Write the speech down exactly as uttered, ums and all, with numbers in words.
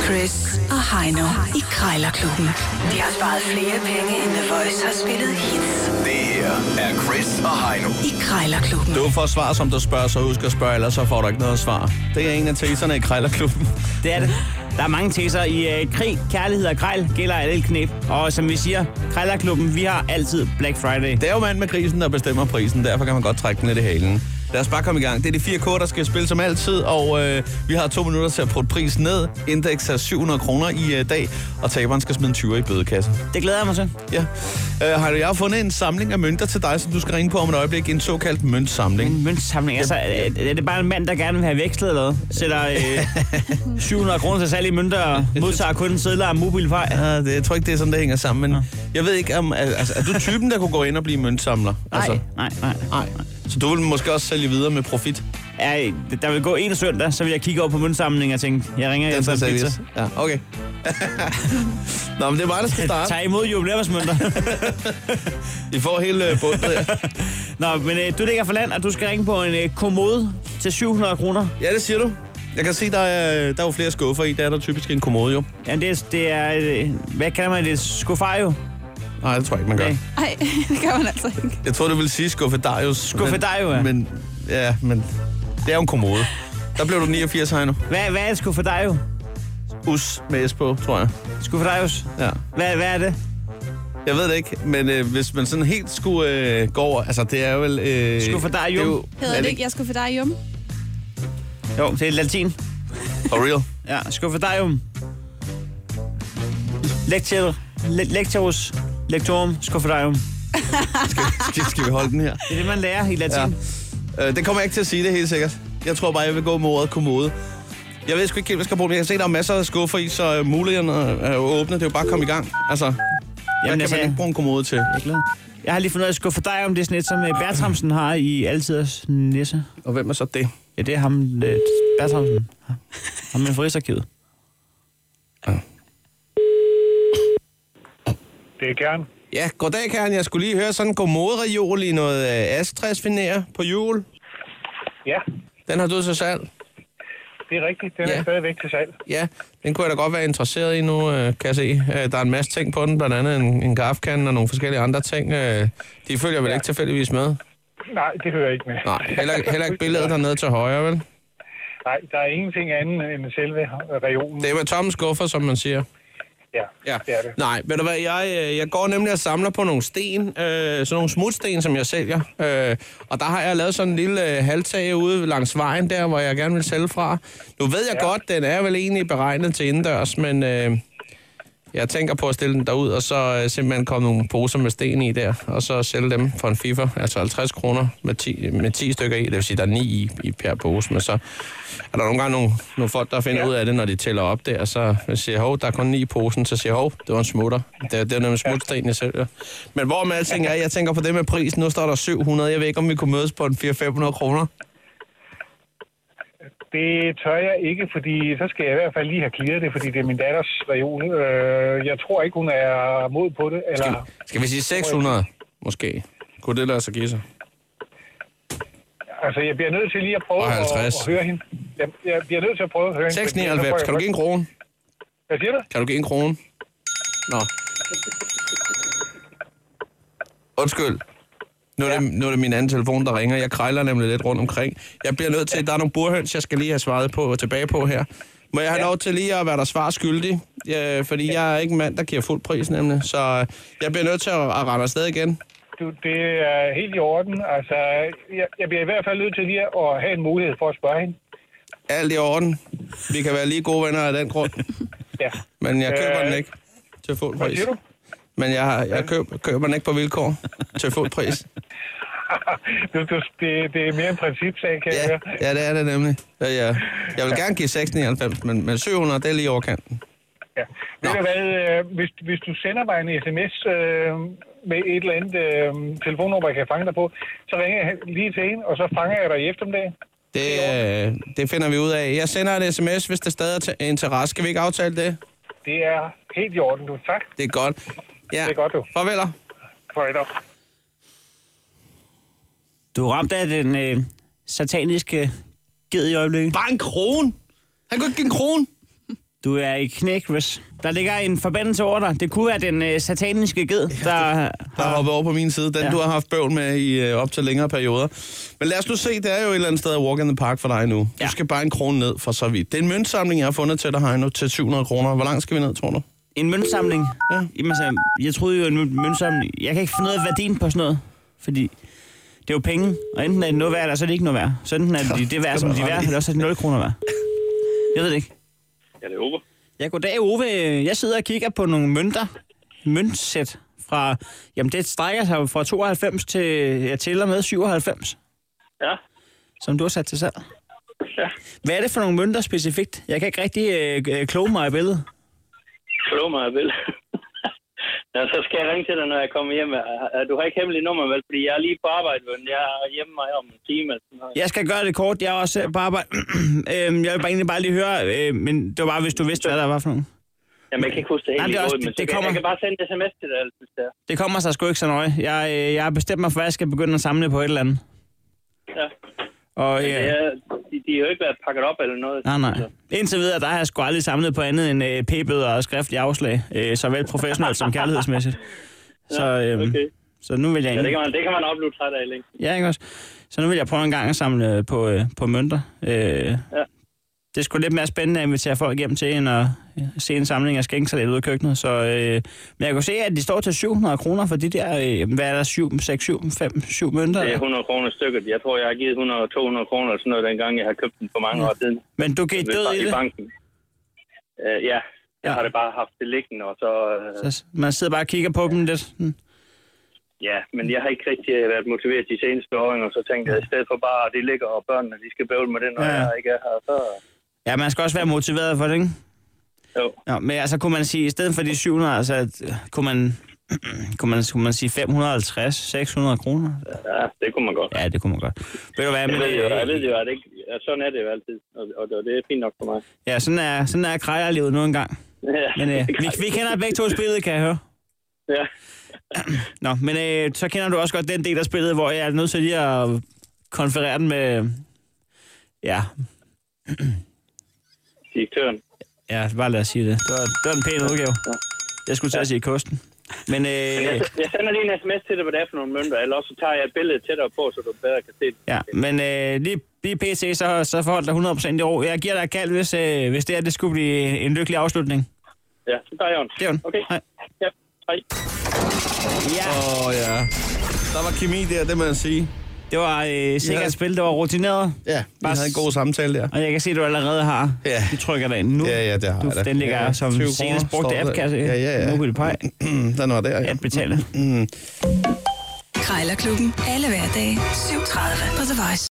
Chris og Heino i Krejlerklubben. De har sparet flere penge, end The Voice har spillet hits. Det her er Chris og Heino i Krejlerklubben. Du får svar, som du spørger, så husk at spørge, ellers så får du ikke noget svar. Det er en af teserne i Krejlerklubben. Det er det. Der er mange teser i øh, krig, kærlighed og krejl gælder alle knep. Og som vi siger, Krejlerklubben, vi har altid Black Friday. Det er jo mand med grisen, der bestemmer prisen. Derfor kan man godt trække den lidt i halen. Lad os bare komme i gang. Det er de fire K, der skal spille som altid, og øh, vi har to minutter til at putte prisen ned. Indeks er syv hundrede kroner i øh, dag, og taberen skal smide en tyver i bødekassen. Det glæder jeg mig til. Ja. Øh, har du, jeg har fundet en samling af mønter til dig, som du skal ringe på om et øjeblik. En såkaldt møntsamling. En møntsamling? Altså, er, er det bare en mand, der gerne vil have vekslet eller noget? Sætter øh, syv hundrede kroner til salg i mønter og modtager kun sedler af mobilfej? Ja, det, jeg tror ikke, det er sådan, det hænger sammen, men ja. Jeg ved ikke, om altså, er du typen, der kunne gå ind og blive møntsamler? Nej, altså, nej, nej, nej. Så du vil måske også sælge videre med profit? Ja, der vil gå en søndag, så vil jeg kigge over på møntsamlingen og tænke, jeg ringer efter en pizza. Ja, okay. Nå, men det er mig, der skal starte. Tag imod jubilæumsmønter. I får hele uh, bundet, ja. Nå, men øh, du ligger for land, og du skal ringe på en øh, kommode til syv hundrede kroner. Ja, det siger du. Jeg kan se, der er, der er jo flere skuffer i. Der er der typisk en kommode, jo. Ja, det er, det er øh, hvad kalder man det? Skuffario? Nej, det tror jeg ikke, man gør. Nej, det gør man altså ikke. Jeg tror, du vil sige skuffedarius. Skuffedario, ja. Men, ja, men det er jo en kommode. Der blev du niogfirs, Heino. Hvad, hvad er et skuffedario? Us med S på, tror jeg. Skuffedarius? Ja. Hvad, hvad er det? Jeg ved det ikke, men øh, hvis man sådan helt skulle øh, gå over... Altså, det er vel... Øh, skuffedarium? Jo, hedder det ikke, jeg skuffedarium? Jo, det er latin. For real? Ja, skuffedarium. Lecture, le, lecturus, lectorum, skuffedarium. skal, skal, skal vi holde den her? Det er det, man lærer i latin. Ja. Øh, det kommer jeg ikke til at sige, det helt sikkert. Jeg tror bare, jeg vil gå med ordet kommode. Jeg ved sgu ikke helt, hvad jeg skal bruge. Jeg kan se, der er masser af skuffer i, så mulighederne er jo åbne. Det er jo bare at komme i gang. Altså, Jamen, hvad kan altså, man ikke bruge en kommode til? Jeg, jeg har lige fundet ud af, at skuffedarium, det er sådan et, som Bertramsen har i Altiders Nisse. Og hvem er så det? Ja, det er ham, Bertramsen. Ham med Rigsarkivet. Ja. Det er Kern. Ja, goddag, Kern. Jeg skulle lige høre sådan en kommode-reol i noget øh, asketræsfinere på jul. Ja. Den har du til salg? Det er rigtigt. Den ja. er stadigvæk til salg. Ja, den kunne jeg da godt være interesseret i nu, øh, kan jeg se. Øh, der er en masse ting på den, blandt andet en, en kaffekande og nogle forskellige andre ting. Øh, de følger vel ja. ikke tilfældigvis med? Nej, det hører jeg ikke med. Nej, heller, heller ikke billedet dernede til højre, vel? Nej, der er ingenting andet end selve reolen. Det er med tomme skuffer, som man siger. Ja, ja, det er det. Nej, ved du hvad, jeg, jeg går nemlig og samler på nogle sten, øh, sådan nogle smutsten, som jeg sælger. Øh, og der har jeg lavet sådan en lille øh, halvtag ude langs vejen der, hvor jeg gerne vil sælge fra. Nu ved jeg ja. godt, den er vel egentlig beregnet til indendørs, men øh, jeg tænker på at stille den derud, og så øh, simpelthen komme nogle poser med sten i der, og så sælge dem for en fiffer, altså halvtreds kroner med ti, med ti stykker i. Det vil sige, der er ni i, i per pose, men så er der nogle gange nogle, nogle folk, der finder ja. ud af det, når de tæller op der, og så siger hov, der er kun ni i posen, så siger hov, det var en smutter. Det, det er nemlig smutsten, jeg sælger. Men hvor med alting er, jeg tænker på det med prisen, nu står der syv hundrede, jeg ved ikke, om vi kunne mødes på en fire til fem hundrede kroner. Det tør jeg ikke, fordi så skal jeg i hvert fald lige have clearet det, fordi det er min datters reol. Øh, jeg tror ikke, hun er mod på det. Eller... Skal, skal vi sige seks hundrede, måske? Kunne det lade sig give sig? Altså, jeg bliver nødt til lige at prøve at, at høre hende. Jeg, jeg bliver nødt til at prøve at høre hende. seks komma nioghalvfems. Kan du give en krone? Hvad siger du? Kan du give en krone? Nå. Undskyld. Nu er, det, nu er det min anden telefon, der ringer. Jeg krejler nemlig lidt rundt omkring. Jeg bliver nødt til, der er nogle burhøns, jeg skal lige have svaret på tilbage på her. Må jeg have ja. lov til lige at være der svar skyldig? Ja, fordi ja. jeg er ikke en mand, der giver fuld pris nemlig. Så jeg bliver nødt til at, at rende afsted igen. Du, det er helt i orden. Altså, jeg, jeg bliver i hvert fald nødt til lige at have en mulighed for at spørge hende. Alt i orden. Vi kan være lige gode venner af den grund. Ja. Men jeg køber øh, den ikke til fuld pris. Hvad siger du? Men jeg, jeg køber, køber den ikke på vilkår til fuld pris. du, du, det, det er mere en principsag, kan ja, jeg høre. Ja, det er det nemlig. Ja, ja. Jeg vil gerne give seks komma nioghalvfems, men, men syv hundrede, det er lige overkanten. Ja. Ved du hvad, øh, hvis, hvis du sender mig en sms øh, med et eller andet øh, telefonnummer, jeg kan fange dig på, så ringer jeg lige til en, og så fanger jeg dig i eftermiddag. Det, øh, det finder vi ud af. Jeg sender en sms, hvis det stadig er interesse. Skal vi ikke aftale det? Det er helt i orden, du. Tak. Det er godt. Ja. Det er godt, du. Farveler. Farveler. Du er ramt af den øh, sataniske ged i øjeblikket. Bare en krone. Han kunne ikke give en krone. Du er i knæ, Chris. Der ligger en forbandelse over dig. Det kunne være den øh, sataniske ged, der har... Der har hoppet over på min side. Den, ja. Du har haft bøvl med i øh, op til længere perioder. Men lad os nu se, det er jo et eller andet sted at walk in the park for dig nu. Ja. Du skal bare en krone ned for så vidt. Det er en møntsamling, jeg har fundet til dig, Heino, til syv hundrede kroner. Hvor langt skal vi ned, tror du? En møntsamling? Ja. Jamen, altså, jeg troede jo, en møntsamling... Jeg kan ikke finde ud af værdien på sådan noget, fordi... Det er jo penge, og enten er det noget værd, eller så er det ikke noget værd. Så enten er det det værd, som de er værd, eller også er det nul kroner værd. Jeg ved det ikke. Ja, det er Ove. Ja, goddag, Ove. Jeg sidder og kigger på nogle mønter. Møntsæt fra... Jamen, det strækker sig fra tooghalvfems til... Jeg tæller med syvoghalvfems. Ja. Som du har sat til salg. Ja. Hvad er det for nogle mønter specifikt? Jeg kan ikke rigtig øh, kloge mig i billedet. Kloge mig i billedet? Ja, så skal jeg ringe til dig, når jeg kommer hjem. Du har ikke hemmelig nummer, vel? Fordi jeg er lige på arbejde, men jeg er hjemme mig om en time. Eller sådan noget. Jeg skal gøre det kort. Jeg er også på arbejde. jeg vil bare egentlig bare lige høre, øh, men det var bare, hvis du vidste, hvad der var for nogen. Jamen, jeg kan ikke huske det helt i hovedet, men det kommer... jeg kan bare sende en sms til dig, hvis det er. Det kommer sig sgu ikke så nøje. Jeg, øh, jeg har bestemt mig for, at jeg skal begynde at samle på et eller andet. Ja. Og, ja. Det er, de, de har jo ikke været pakket op eller noget. Nej, nej. Indtil videre, der har jeg sgu aldrig samlet på andet end øh, p-bøder og skriftlige afslag. Øh, såvel professionelt som kærlighedsmæssigt. Så, øh, okay. så nu vil jeg... Ja, det kan man, det kan man opleve træt af længe. Ja, ikke også? Så nu vil jeg prøve en gang at samle på, øh, på mønter. Øh, ja. Det er sgu lidt mere spændende at invitere folk hjem til, end at se en samling af skænkesalat ud af køkkenet. Så, øh, men jeg kan se, at de står til syv hundrede kroner for de der, øh, hvad er der, syv, seks, syv, fem, syv mønter? Det er hundrede kroner stykket. Jeg tror, jeg har givet hundrede til to hundrede kroner eller sådan noget, dengang jeg har købt den for mange ja. år siden. Men du gik død i det? Banken. Uh, ja, jeg ja. har det bare haft det liggende, og så... Uh... så man sidder bare og kigger på dem lidt? Hmm. Ja, men jeg har ikke rigtig været motiveret de seneste år, og så tænkte jeg, i stedet for bare, at det ligger, og børnene, de skal bøvle med det, når ja. jeg ikke er her, så... Ja, man skal også være motiveret for det, ikke? Jo. Ja, men altså, kunne man sige, i stedet for de syv hundrede, altså, kunne man, kunne man, kunne man sige fem hundrede og halvtreds, seks hundrede kroner? Ja, det kunne man godt. Ja, det kunne man godt. Ved du hvad, jeg, men, ved jo, jeg ved jo, at det ikke, ja, sådan er det jo altid, og, og, og det er fint nok for mig. Ja, sådan er, sådan er krejerlivet nu engang. Ja, men øh, vi, vi kender begge to spillet, kan jeg høre. Ja. Nå, men øh, så kender du også godt den del af spillet, hvor jeg er nødt til lige at konferere den med... Ja... Direktøren. Ja, bare lad os sige det. Det var, det var en pæn udgave. Ja. Jeg skulle til at sige kosten. Men, øh... Men jeg, jeg sender lige en sms til dig, hvad det er for nogle mønter, eller også så tager jeg et billede tættere på, så du bedre kan se det. Ja, men øh, lige, lige P C, så, så forhold dig hundrede procent i ro. Jeg giver dig et kald, hvis, øh, hvis det er, det skulle blive en lykkelig afslutning. Ja, så tager jeg den. Det er den. Okay. Hej. Ja, hej. Ja. Åh, oh, ja. Der var kemi der, det må jeg sige. Det var øh, sikkert et spil, det var rutineret. Ja, vi havde en god samtale der. Og jeg kan se, at du allerede har. Ja. Du trykker dig ind nu. Ja, ja, det har du, jeg da. Den ligger ja, som senest brugte app, kan jeg se. Ja, ja, ja. MobilePay. Den var der, ja. At betale. Mm. Krejlerklubben. Alle hverdage. syv tredive på The Voice.